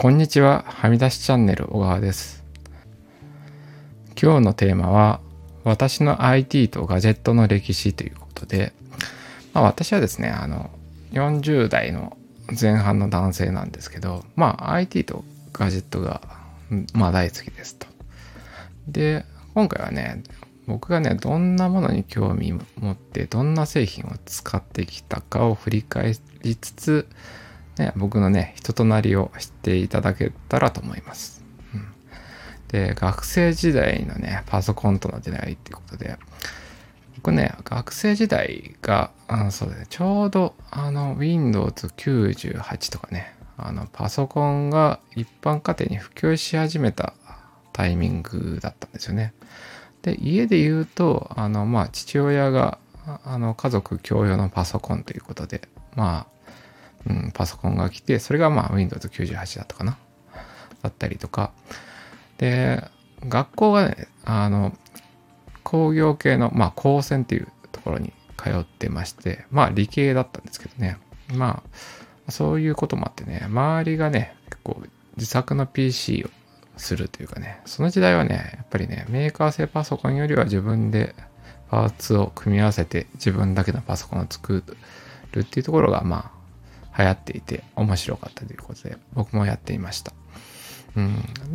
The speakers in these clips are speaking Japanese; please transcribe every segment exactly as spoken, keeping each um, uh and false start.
こんにちは、はみ出しチャンネル小川です。今日のテーマは私の アイティー とガジェットの歴史ということで、まあ、私はですねあのよんじゅう代の前半の男性なんですけど、まあ アイティー とガジェットがまあ大好きですと。で今回はね僕がねどんなものに興味を持ってどんな製品を使ってきたかを振り返りつつ、ね、僕のね人となりを知っていただけたらと思います。うん、で学生時代のねパソコンとの出会いっていうことで、僕ね学生時代があそうだねちょうどあの ウィンドウズきゅうじゅうはち とかねあのパソコンが一般家庭に普及し始めたタイミングだったんですよね。で家で言うとあのまあ父親があの家族共用のパソコンということでまあ、うん、パソコンが来て、それがまあ ウィンドウズきゅうじゅうはち だったかなだったりとかで、学校がねあの工業系のまあ高専っていうところに通ってまして、まあ理系だったんですけどね、まあそういうこともあってね周りがね結構自作の ピーシー をするというかね、その時代はねやっぱりねメーカー製パソコンよりは自分でパーツを組み合わせて自分だけのパソコンを作るっていうところがまあ流行っていて面白かったということで僕もやっていました。うん、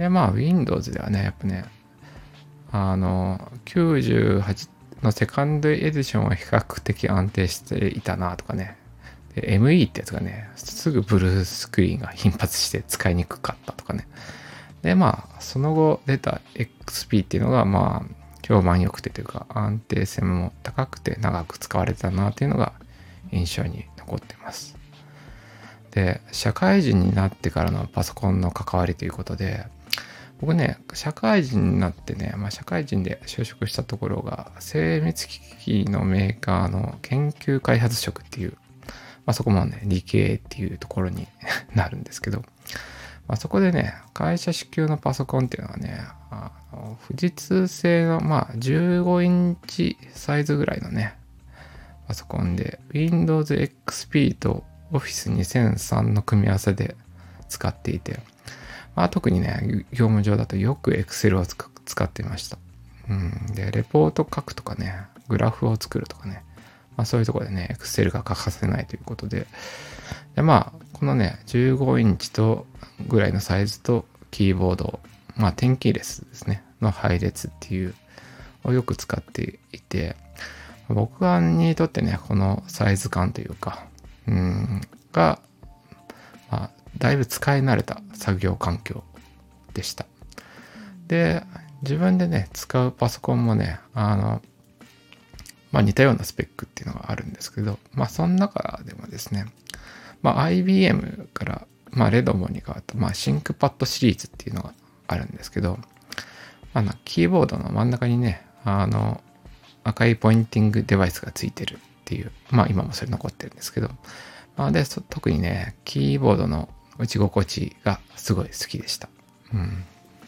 でまあ Windows ではねやっぱねあのきゅうじゅうはちのセカンドエディションは比較的安定していたなとかね、で エムイー ってやつがねすぐブルースクリーンが頻発して使いにくかったとかね。でまあその後出た エックスピー っていうのがまあ評判良くてというか安定性も高くて長く使われてたなっていうのが印象に残ってます。で社会人になってからのパソコンの関わりということで、僕ね社会人になってね、まあ、社会人で就職したところが精密機器のメーカーの研究開発職っていう、まあ、そこもね理系っていうところになるんですけど、まあ、そこでね会社支給のパソコンっていうのはねあの富士通製のまあじゅうごインチサイズぐらいのねパソコンで ウィンドウズエックスピー と オフィスにせんさん の組み合わせで使っていて、まあ、特にね業務上だとよく Excel を使っていました。うん、でレポート書くとかねグラフを作るとかね、まあ、そういうところでね Excel が欠かせないということで、でまあこのねじゅうごインチとぐらいのサイズとキーボード、まあ点キーレスですねの配列っていうをよく使っていて、僕にとってねこのサイズ感というかうんが、まあ、だいぶ使い慣れた作業環境でした。で自分でね使うパソコンもねあのまあ似たようなスペックっていうのがあるんですけど、まあその中でもですねまあ アイビーエム からまあレドモに変わったまあシンクパッドシリーズっていうのがあるんですけど、まあ、キーボードの真ん中にねあの赤いポインティングデバイスがついてるっていう、まあ今もそれ残ってるんですけど、まあで特にねキーボードの打ち心地がすごい好きでした。うん、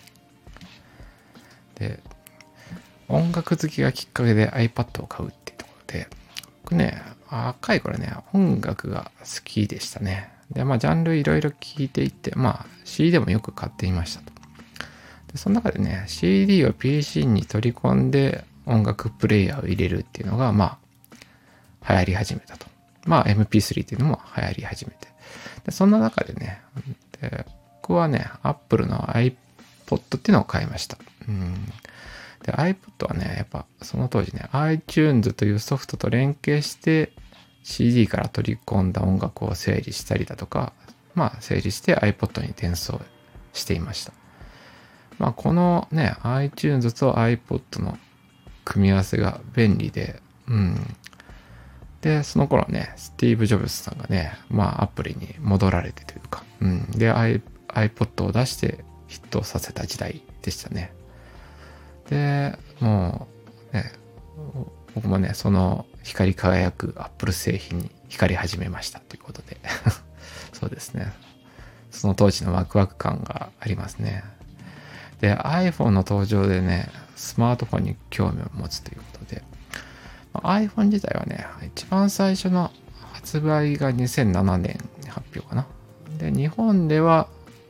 で音楽好きがきっかけで iPad を買うっていうところで、僕ね若い頃ね音楽が好きでしたね。でまあジャンルいろいろ聞いていってまあ シーディー でもよく買っていましたと。でその中でね シーディー を ピーシー に取り込んで音楽プレイヤーを入れるっていうのがまあ流行り始めたと。まあ エムピースリー っていうのも流行り始めて、でそんな中でねで僕はね Apple の iPod っていうのを買いました。うんで iPod はねやっぱその当時ね iTunes というソフトと連携して シーディー から取り込んだ音楽を整理したりだとか、まあ整理して iPod に転送していました。まあこのね iTunes と iPod の組み合わせが便利で、うん。で、その頃ね、スティーブ・ジョブズさんがね、まあアプリに戻られてというか、うん。で、iPod を出してヒットさせた時代でしたね。で、もうね、僕もね、その光り輝く Apple 製品に光り始めましたということで、そうですね。その当時のワクワク感がありますね。で iPhone の登場でねスマートフォンに興味を持つということで、iPhone 自体はね一番最初の発売がにせんななねん発表かな。で日本では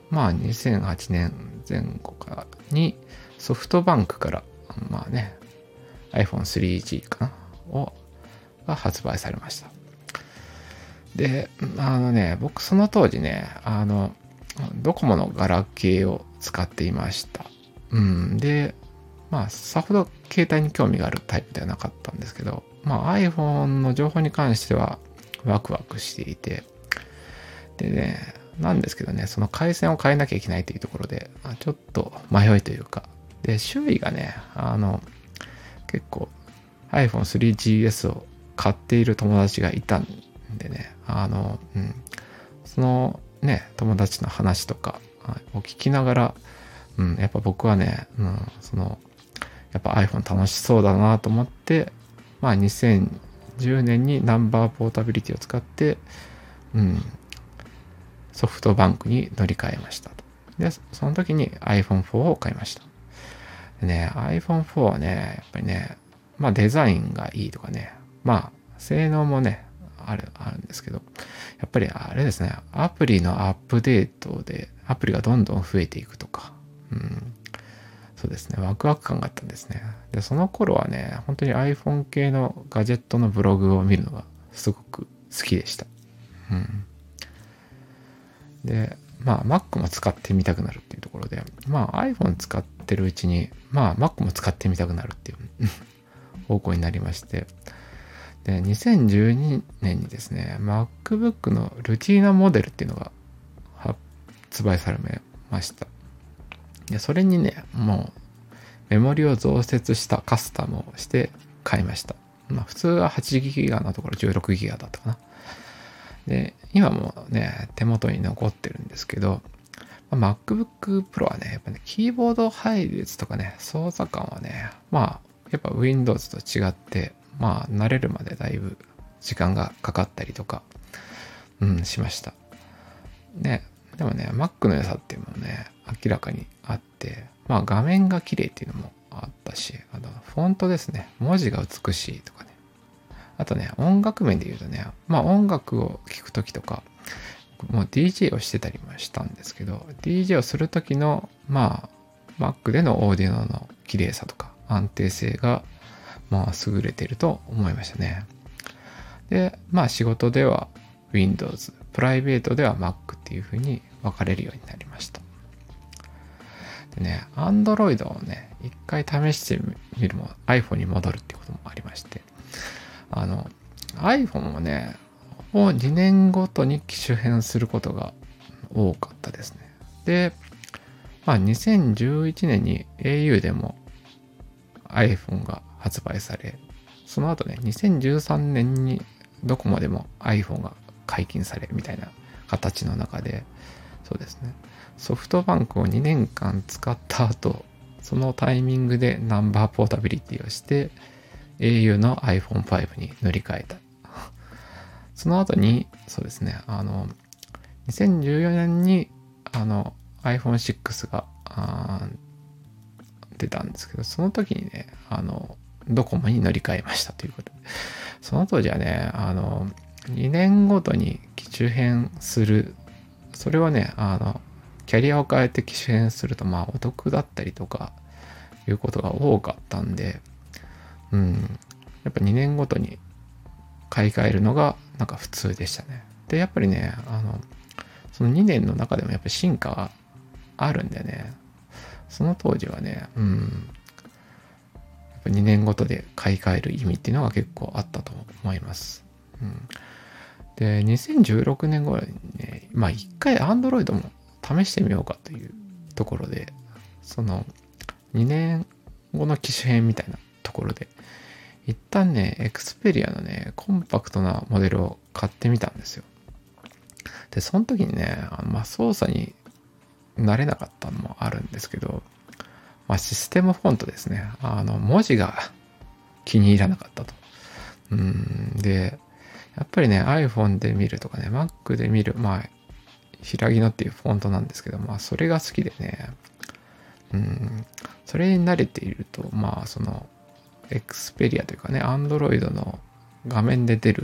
まあにせんはちねんぜん後かにソフトバンクからまあね アイフォンスリージー かなをが発売されました。で、あのね、僕その当時ね、あのドコモのガラケーを使っていました。うん、で、まあさほど携帯に興味があるタイプではなかったんですけど、まあ iPhone の情報に関してはワクワクしていて、でね、なんですけどね、その回線を変えなきゃいけないというところで、ちょっと迷いというか、で、周囲がね、あの、結構 アイフォンスリージーエス を買っている友達がいたんでね、あの、うん、そのね、友達の話とかを聞きながら、うん、やっぱ僕はね、うん、その、やっぱ iPhone 楽しそうだなと思って、まあにせんじゅうねんにナンバーポータビリティを使って、うん、ソフトバンクに乗り換えましたと。で、その時に アイフォンフォー を買いました。でね、アイフォンフォー はね、やっぱりね、まあデザインがいいとかね、まあ性能もね、ある、あるんですけど、やっぱりあれですね、アプリのアップデートでアプリがどんどん増えていくとか、うん、そうですね、ワクワク感があったんですね。で、その頃はね、本当に iPhone 系のガジェットのブログを見るのがすごく好きでした。うん。で、まあ Mac も使ってみたくなるっていうところで、まあ iPhone 使ってるうちに、まあ Mac も使ってみたくなるっていう方向になりまして、で、にせんじゅうにねんにですね、MacBook のルティーナモデルっていうのが発売されました。で、それにね、もうメモリを増設したカスタムをして買いました。まあ普通ははちギガのところじゅうろくギガだったかな。で、今もね、手元に残ってるんですけど、まあ、MacBook Pro はね、やっぱね、キーボード配列とかね、操作感はね、まあ、やっぱ Windows と違って、まあ、慣れるまでだいぶ時間がかかったりとか、うん、しました。ね、でもね、Mac の良さっていうのもね、明らかにあって、まあ、画面が綺麗っていうのもあったし、あの、フォントですね、文字が美しいとかね、あとね、音楽面で言うとね、まあ音楽を聴くときとか、もう ディージェー をしてたりもしたんですけど、ディージェー をするときの、まあ、Mac でのオーディオの綺麗さとか安定性が、まあ優れていると思いましたね。で、まあ仕事では Windows、プライベートでは Mac っていう風に分かれるようになりました。でね、Android をね、一回試してみるも iPhone に戻るっていうこともありまして、あの iPhone はね、をにねんごとに機種変することが多かったですね。で、まあにせんじゅういちねんに エーユー でも iPhone が発売され、その後ね、にせんじゅうさんねんにドコモでも iPhone が解禁されみたいな形の中で、そうですね、ソフトバンクをにねんかん使った後、そのタイミングでナンバーポータビリティをして、エーユー の アイフォンファイブ に乗り換えた。その後に、そうですね、あの、にせんじゅうよねんに、あの、アイフォンシックス が出たんですけど、その時にね、あの、ドコモに乗り換えましたということで。その当時はね、あの、にねんごとに機種変する、それはね、あの、キャリアを変えて機種変すると、まあ、お得だったりとか、いうことが多かったんで、うん、やっぱにねんごとに買い替えるのがなんか普通でしたね。で、やっぱりね、あの、そのにねんの中でもやっぱり進化があるんでね、その当時はね、うん、やっぱにねんごとで買い替える意味っていうのが結構あったと思います。うん、で、にせんじゅうろくねん頃にね、まあ一回 Android も試してみようかというところで、そのにねんごの機種編みたいなところで、一旦ね、エクスペリアのね、コンパクトなモデルを買ってみたんですよ。で、その時にね、あのまあ、操作に慣れなかったのもあるんですけど、まあ、システムフォントですね。あの、文字が気に入らなかったと。うん、で、やっぱりね、iPhone で見るとかね、Mac で見る、まあ、平木のっていうフォントなんですけど、まあ、それが好きでね、うん、それに慣れていると、まあ、その、エクスペリアというかね、Android の画面で出る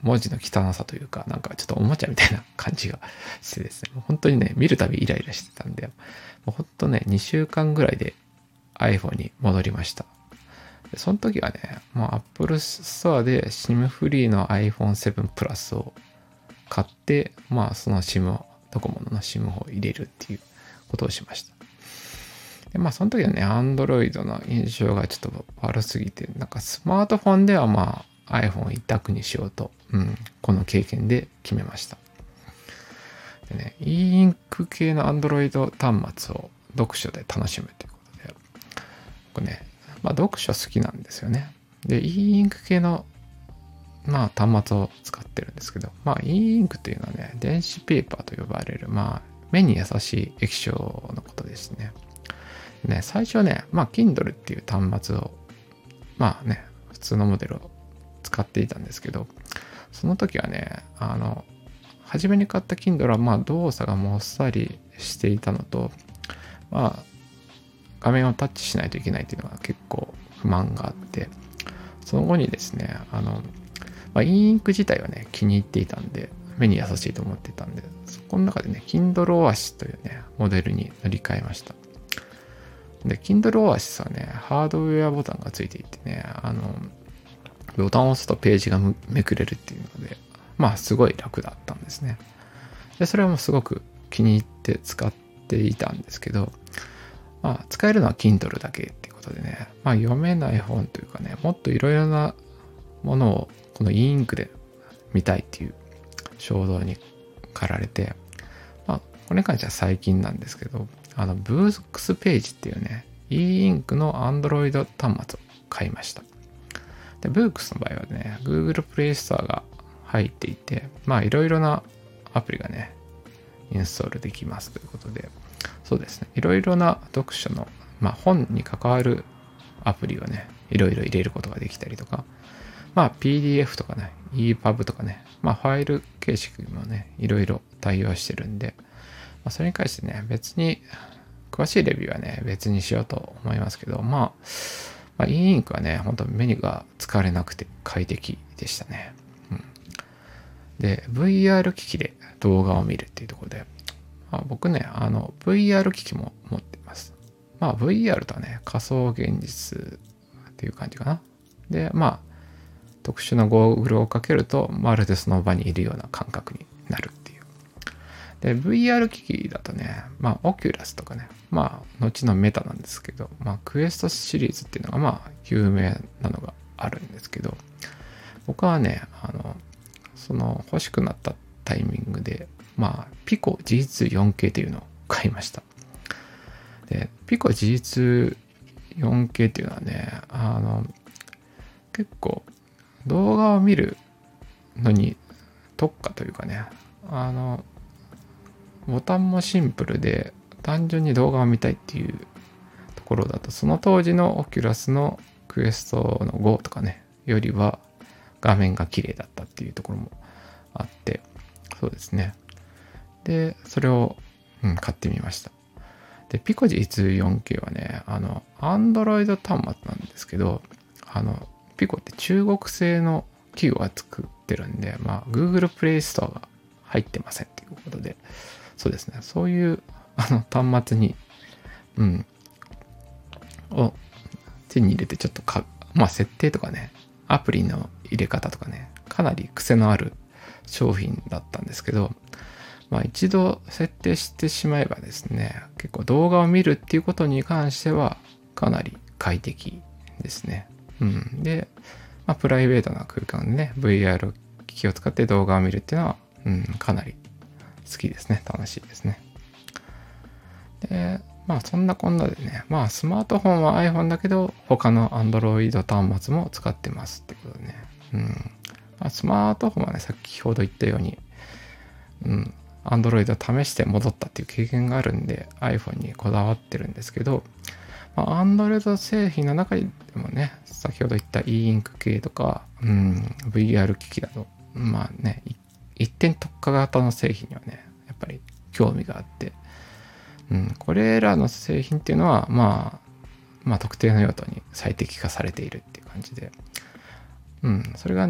文字の汚さというか、なんかちょっとおもちゃみたいな感じがしてですね、本当にね、見るたびイライラしてたんで、もう本当ね、にしゅうかんぐらいで iPhone に戻りました。でその時はね、もう Apple Store で SIM フリーの アイフォンセブン Plus を買って、まあその SIM を、ドコモの SIM を入れるっていうことをしました。でまあその時はね、Android の印象がちょっと悪すぎて、なんかスマートフォンではまあ iPhone 一択にしようと、うん、この経験で決めました。でね、e インク系の Android 端末を読書で楽しむということで、これね、まあ読書好きなんですよね。で、e インク系のまあ端末を使ってるんですけど、まあ e インクというのはね、電子ペーパーと呼ばれる、まあ目に優しい液晶のことですね。ね、最初ね、まあ Kindle っていう端末を、まあね、普通のモデルを使っていたんですけど、その時はね、あの、初めに買った Kindle はまあ動作がもっさりしていたのと、まあ画面をタッチしないといけないっていうのが結構不満があって、その後にですね、あの、まあ、e インク自体はね、気に入っていたんで、目に優しいと思ってたんで、そこの中でね、Kindle Oasis というね、モデルに乗り換えました。で、Kindle Oasis はね、ハードウェアボタンがついていてね、あの、ボタンを押すとページがめくれるっていうので、まあ、すごい楽だったんですね。で、それはもうすごく気に入って使っていたんですけど、まあ、使えるのは Kindle だけっていうことでね、まあ、読めない本というかね、もっといろいろなものをこの e インクで見たいっていう衝動に駆られて、まあ、これに関しては最近なんですけど、あの、ブークスページっていうね、e インクの Android 端末を買いました。で、ブークスの場合はね、Google Play Store が入っていて、まあ、いろいろなアプリがね、インストールできますということで、そうですね、いろいろな読書の、まあ、本に関わるアプリをね、いろいろ入れることができたりとか、まあ ピーディーエフ とかね、イーパブ とかね、まあファイル形式もね、いろいろ対応してるんで、まあ、それに関してね、別に、詳しいレビューはね、別にしようと思いますけど、まあ、まあ、e インクはね、本当目が疲れなくて快適でしたね。うん、で、ブイアール 機器で動画を見るっていうところで、まあ、僕ね、あの、ブイアール 機器も持ってます。まあ ブイアール とはね、仮想現実っていう感じかな。で、まあ、特殊なゴーグルをかけると、まるでその場にいるような感覚になるっていう。で、ブイアール 機器だとね、まあ、オキュラスとかね、まあ、後のメタなんですけど、まあ、クエストシリーズっていうのが、まあ、有名なのがあるんですけど、僕はね、あの、その欲しくなったタイミングで、まあ、ピコ ジーツーフォーケー というのを買いました。で、ピコ ジーツーフォーケー っていうのはね、あの、結構、動画を見るのに特化というかね、あの、ボタンもシンプルで、単純に動画を見たいっていうところだと、その当時のオキュラスのクエストのゴーとかね、よりは画面が綺麗だったっていうところもあって、そうですね。で、それを、うん、買ってみました。で、ピコ ジーツーフォーケー はね、あの、Android 端末なんですけど、あの、ピコって中国製の企業が作ってるんで、まあ、Google Play Store が入ってませんということで、そうですね、そういうあの端末に、うん、を手に入れてちょっとか、まあ、設定とかね、アプリの入れ方とかね、かなり癖のある商品だったんですけど、まあ一度設定してしまえばですね、結構動画を見るっていうことに関してはかなり快適ですね。うん。で、まあプライベートな空間でね、ブイアール 機器を使って動画を見るっていうのは、うん、かなり好きですね。楽しいですね。で、まあそんなこんなでね、まあスマートフォンは iPhone だけど、他の Android 端末も使ってますってことでね。うん。まあ、スマートフォンはね、先ほど言ったように、うん、Android を試して戻ったっていう経験があるんで iPhone にこだわってるんですけど、まあ、Android 製品の中でもね、先ほど言った e インク系とか、うん、ブイアール 機器だと、まあね、一点特化型の製品にはね、やっぱり興味があって、うん、これらの製品っていうのは、まあ、まあ特定の用途に最適化されているっていう感じで、うん、それがね、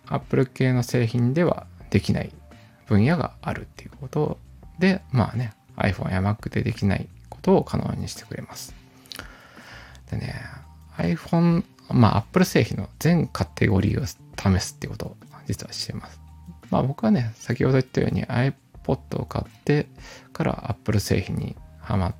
Apple 系の製品ではできない分野があるっていうことで、まあね、iPhone や Mac でできないことを可能にしてくれます。でね、iPhone、まあ Apple 製品の全カテゴリーを試すっていうことを実はしています。まあ僕はね、先ほど言ったように iPod を買ってから Apple 製品にハマって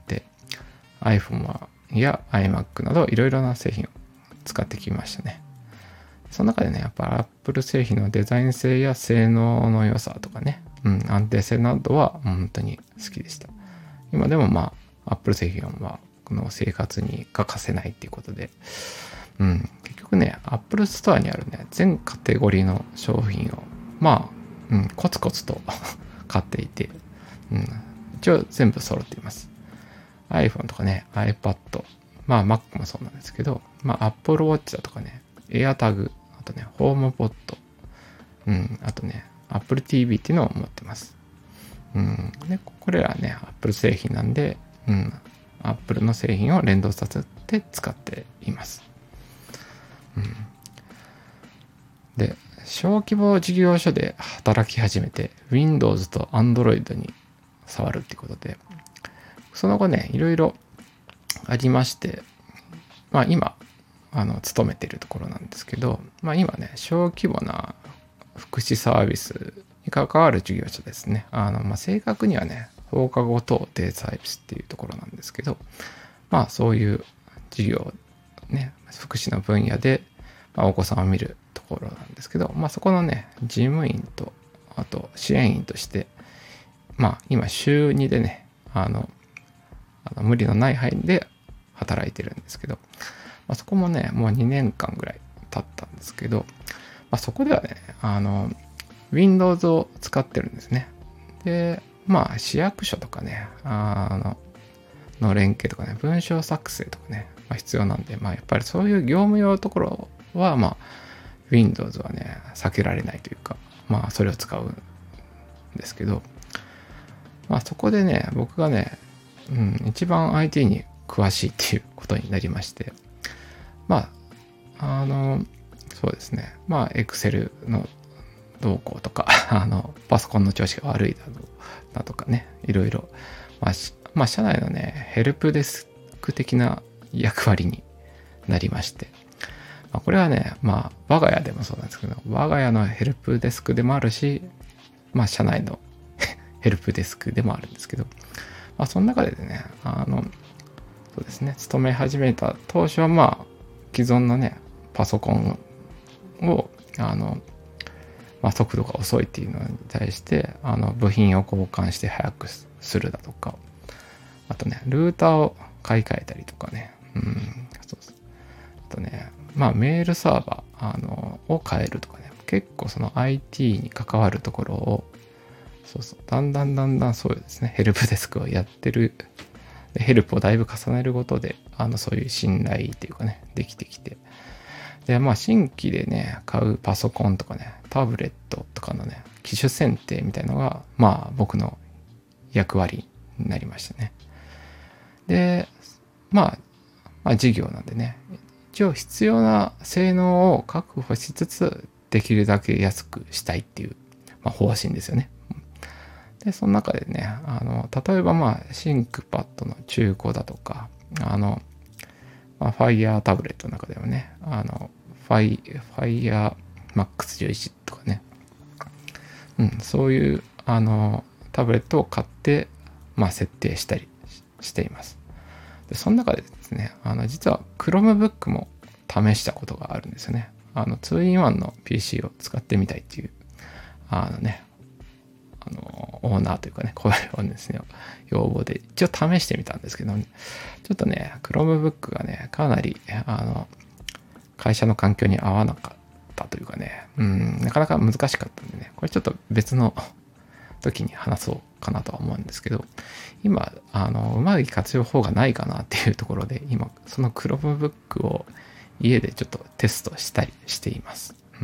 、iPhone や iMac などいろいろな製品を使ってきましたね。その中でね、やっぱ Apple 製品のデザイン性や性能の良さとかね、うん、安定性などは本当に好きでした。今でもまあ Apple 製品はこの生活に欠かせないっていうことで、うん、結局ね、Apple ストアにあるね、全カテゴリーの商品をまあ、うん、コツコツと買っていて、うん、一応全部揃っています。iPhone とかね、iPad、まあ Mac もそうなんですけど、まあ Apple Watch だとかね、AirTag、あとね、HomePod、うん、あとね、Apple ティーブイ っていうのを持ってます。うん、で、これらね、Apple 製品なんで、うん、Apple の製品を連動させて使っています。うん、で、小規模事業所で働き始めて Windows と Android に触るっていうことで、その後ね、いろいろありまして、まあ今、あの、勤めてるところなんですけど、まあ今ね、小規模な福祉サービスに関わる事業所ですね。あの、まあ正確にはね、放課後等デイサービスっていうところなんですけど、まあそういう事業、ね、福祉の分野で、まあ、お子さんを見るところなんですけど、まあそこのね、事務員と、あと支援員として、まあ今週にでね、あの、あの無理のない範囲で働いてるんですけど、まあ、そこもね、もうにねんかんぐらい経ったんですけど、まあ、そこではね、あの、Windows を使ってるんですね。で、まあ、市役所とかね、あの、の連携とかね、文章作成とかね、まあ、必要なんで、まあ、やっぱりそういう業務用のところは、まあ、Windows はね、避けられないというか、まあ、それを使うんですけど、まあ、そこでね、僕がね、うん、一番 アイティー に詳しいっていうことになりまして、まあ、あの、そうですね。まあ、Excel の動向とか、あの、パソコンの調子が悪いだとだとかね、いろいろ、まあ、まあ、社内のね、ヘルプデスク的な役割になりまして、まあ、これはね、まあ、我が家でもそうなんですけど、我が家のヘルプデスクでもあるし、まあ、社内のヘルプデスクでもあるんですけど、まあ、その中でね、あの、そうですね、勤め始めた当初はまあ、既存のね、パソコンを、あの、まあ、速度が遅いっていうのに対して、あの、部品を交換して早くするだとか、あとね、ルーターを買い替えたりとかね、うん、そうそう。あとね、まあ、メールサーバー、あの、を変えるとかね、結構その アイティー に関わるところを、そうそう、だんだんだんだんそうですね、ヘルプデスクをやってる、でヘルプをだいぶ重ねることで、あの、そういう信頼っていうかね、できてきて、で、まあ、新規でね、買うパソコンとかね、タブレットとかのね、機種選定みたいのが、まあ、僕の役割になりましたね。で、まあ、まあ、事業なんでね、一応必要な性能を確保しつつ、できるだけ安くしたいっていう、まあ、方針ですよね。で、その中でね、あの、例えばまあ、シンクパッドの中古だとか、あの、まあ、Fire タブレットの中ではね、あの、Fire、Fire Max じゅういちとかね、うん、そういう、あの、タブレットを買って、まあ、設定したりしています。で、その中でですね、あの、実は Chromebook も試したことがあるんですよね。あの、ツーインワン の ピーシー を使ってみたいっていう、あのね、あの、オーナーというかね、こういうですね、要望で一応試してみたんですけど、ね、ちょっとね、Chromebook がね、かなり、あの、会社の環境に合わなかったというかね、うん、なかなか難しかったんでね、これちょっと別の時に話そうかなとは思うんですけど、今、あの、うまい活用法がないかなっていうところで、今、その Chromebook を家でちょっとテストしたりしています。うん。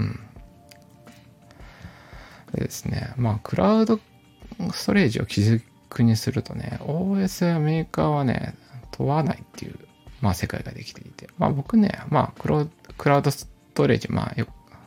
でですね、まあ、クラウドストレージを基軸にするとね、オーエス やメーカーはね、問わないっていう、まあ、世界ができていて、まあ、僕ね、まあクロ、クラウドストレージ、まあよ、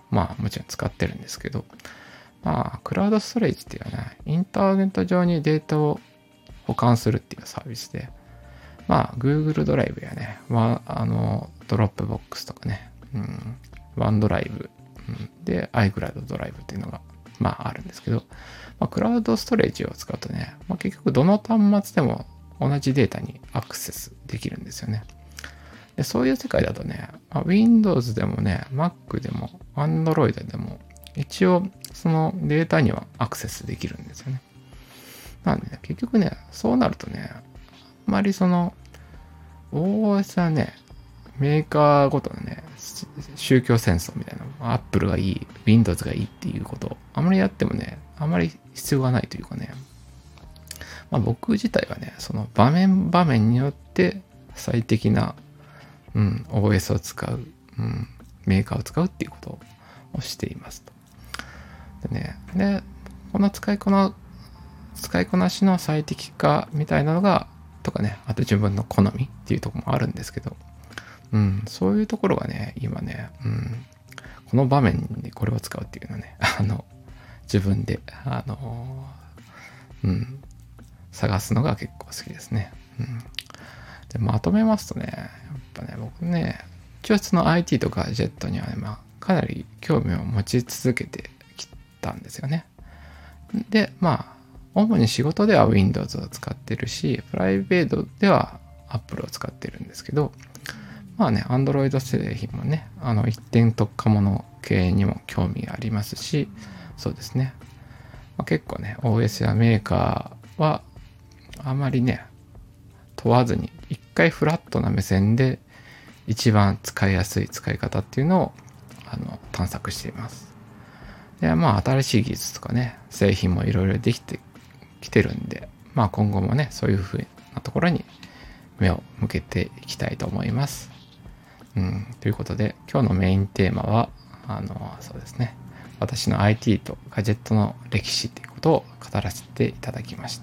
まあもちろん使ってるんですけど、まあクラウドストレージっていうのはね、インターネット上にデータを保管するっていうサービスで、まあ Google ドライブやね、まあ、あのドロップボックスとかね、うん、ワンドライブ、うん、で iCloud ドライブっていうのがまああるんですけど、まあ、クラウドストレージを使うとね、まあ、結局どの端末でも同じデータにアクセスできるんですよね。でそういう世界だとね、まあ、Windows でもね、Mac でも Android でも一応そのデータにはアクセスできるんですよね。なんでね、結局ね、そうなるとね、あんまりその オーエス はね、メーカーごとのね、宗教戦争みたいな、Apple がいい、Windows がいいっていうことをあまりやってもね、あまり必要がないというかね、まあ、僕自体はね、その場面場面によって最適な、うん、オーエス を使う、うん、メーカーを使うっていうことをしていますと。でね、で、この使いこな、使いこなしの最適化みたいなのが、とかね、あと自分の好みっていうところもあるんですけど、うん、そういうところがね、今ね、うん、この場面でこれを使うっていうのはね、あの、自分で、あの、うん、探すのが結構好きですね。うん、でまとめますとね、やっぱね、僕ね、一応その アイティー とかガジェットにはね、まあ、かなり興味を持ち続けてきたんですよね。で、まあ、主に仕事では Windows を使ってるし、プライベートでは Apple を使ってるんですけど、まあね、Android 製品もね、あの一点特化もの系にも興味がありますし、そうですね。まあ、結構ね、オーエス やメーカーはあまりね、問わずに、一回フラットな目線で一番使いやすい使い方っていうのをあの探索しています。で、まあ新しい技術とかね、製品もいろいろできてきてるんで、まあ今後もね、そういうふうなところに目を向けていきたいと思います。うん、ということで、今日のメインテーマは、あの、そうですね、私の アイティー とガジェットの歴史ということを語らせていただきました。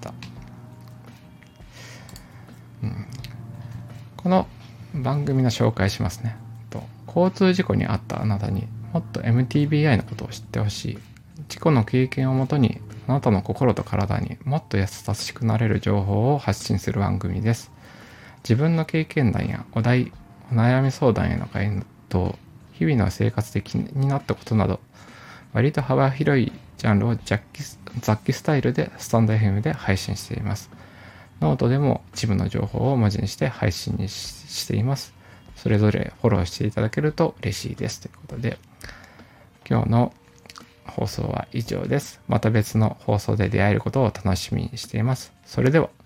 うん、この番組の紹介しますね。と交通事故に遭ったあなたにもっと エムティービーアイ のことを知ってほしい。事故の経験をもとにあなたの心と体にもっと優しくなれる情報を発信する番組です。自分の経験談やお題、お悩み相談への回答、日々の生活で気になったことなど、割と幅広いジャンルを雑記雑記スタイルでスタンド エフエム で配信しています。ノートでも一部の情報を文字にして配信に し, しています。それぞれフォローしていただけると嬉しいです。ということで、今日の放送は以上です。また別の放送で出会えることを楽しみにしています。それでは。